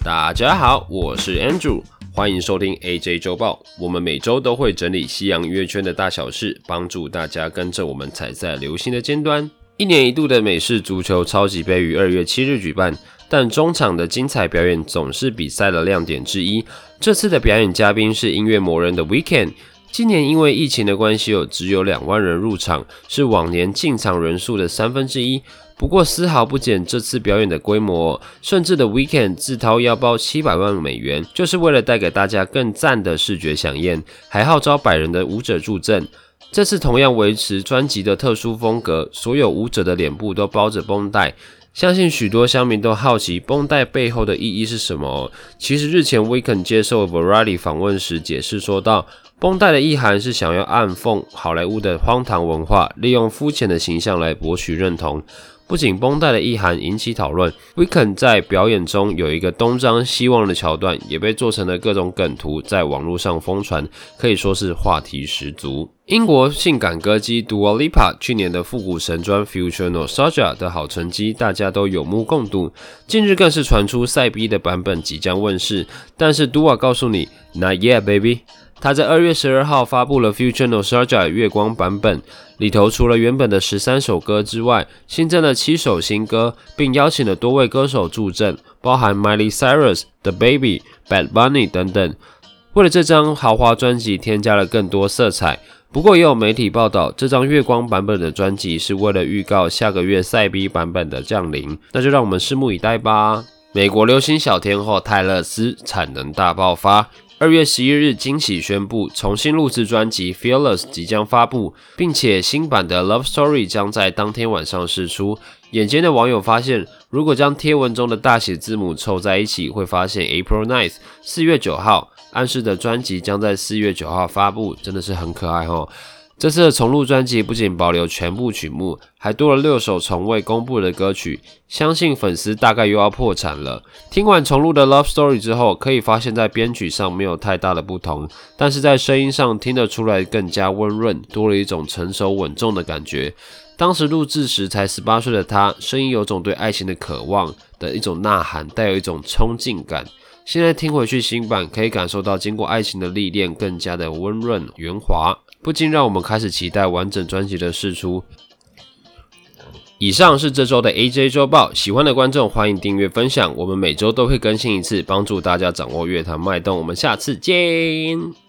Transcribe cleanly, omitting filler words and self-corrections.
大家好，我是 Andrew， 欢迎收听 AJ 周报。我们每周都会整理西洋音乐圈的大小事，帮助大家跟着我们踩在流行的尖端。一年一度的美式足球超级杯于2月7日举办，但中场的精彩表演总是比赛的亮点之一。这次的表演嘉宾是音乐魔人的 Weeknd。今年因为疫情的关系，只有2万人入场，是往年进场人数的1/3。不过丝毫不减这次表演的规模，甚至的 Weeknd 自掏腰包700万美元，就是为了带给大家更赞的视觉飨宴，还号召100人的舞者助阵。这次同样维持专辑的特殊风格，所有舞者的脸部都包着绷带。相信许多乡民都好奇绷带背后的意义是什么。其实日前 Weeknd 接受 Variety 访问时解释说道，绷带的意涵是想要暗讽好莱坞的荒唐文化，利用肤浅的形象来博取认同。不仅绷带的意涵引起讨论， Weeknd 在表演中有一个东张西望的桥段，也被做成了各种梗图，在网络上疯传，可以说是话题十足。英国性感歌姬 Dua Lipa 去年的复古神专 Future Nostalgia 的好成绩，大家都有目共睹。近日更是传出赛 B 的版本即将问世，但是 Dua 告诉你 Not yet baby。他在2月12号发布了 Future Nostalgia 月光版本，里头除了原本的13首歌之外，新增了7首新歌，并邀请了多位歌手助阵，包含 Miley Cyrus、The Baby、Bad Bunny 等等。为了这张豪华专辑添加了更多色彩，不过也有媒体报道，这张月光版本的专辑是为了预告下个月赛 B 版本的降临，那就让我们拭目以待吧。美国流行小天后泰勒斯产能大爆发。2月11日惊喜宣布重新录制专辑 Fearless 即将发布，并且新版的 Love Story 将在当天晚上释出。眼尖的网友发现，如果将贴文中的大写字母凑在一起，会发现 April 9th 4月9号，暗示的专辑将在4月9号发布，真的是很可爱齁。这次的重录专辑不仅保留全部曲目，还多了6首从未公布的歌曲，相信粉丝大概又要破产了。听完重录的 Love Story 之后，可以发现在编曲上没有太大的不同，但是在声音上听得出来更加温润，多了一种成熟稳重的感觉。当时录制时才18岁的他，声音有种对爱情的渴望的一种呐喊，带有一种冲劲感。现在听回去新版，可以感受到经过爱情的历练，更加的温润圆滑，不禁让我们开始期待完整专辑的释出。以上是这周的 AJ 周报，喜欢的观众欢迎订阅分享，我们每周都会更新一次，帮助大家掌握乐坛脉动。我们下次见。